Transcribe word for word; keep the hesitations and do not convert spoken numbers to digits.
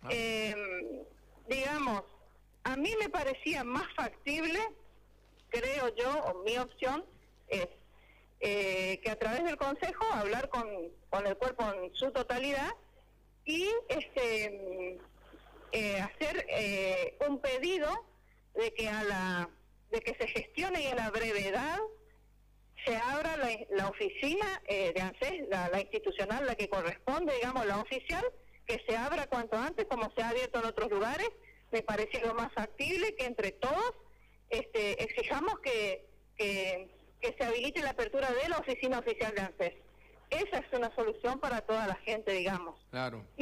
Ah. Eh, digamos, a mí me parecía más factible, creo yo, o mi opción es eh, que a través del Consejo hablar con, con el cuerpo en su totalidad y este eh, hacer eh, un pedido de que a la de que se gestione y a la brevedad se abra la, la oficina eh, de ANSES, la, la institucional, la que corresponde, digamos, la oficial, que se abra cuanto antes, como se ha abierto en otros lugares. Me parece lo más factible que entre todos este, exijamos que, que, que se habilite la apertura de la oficina oficial de ANSES. Esa es una solución para toda la gente, digamos. Claro.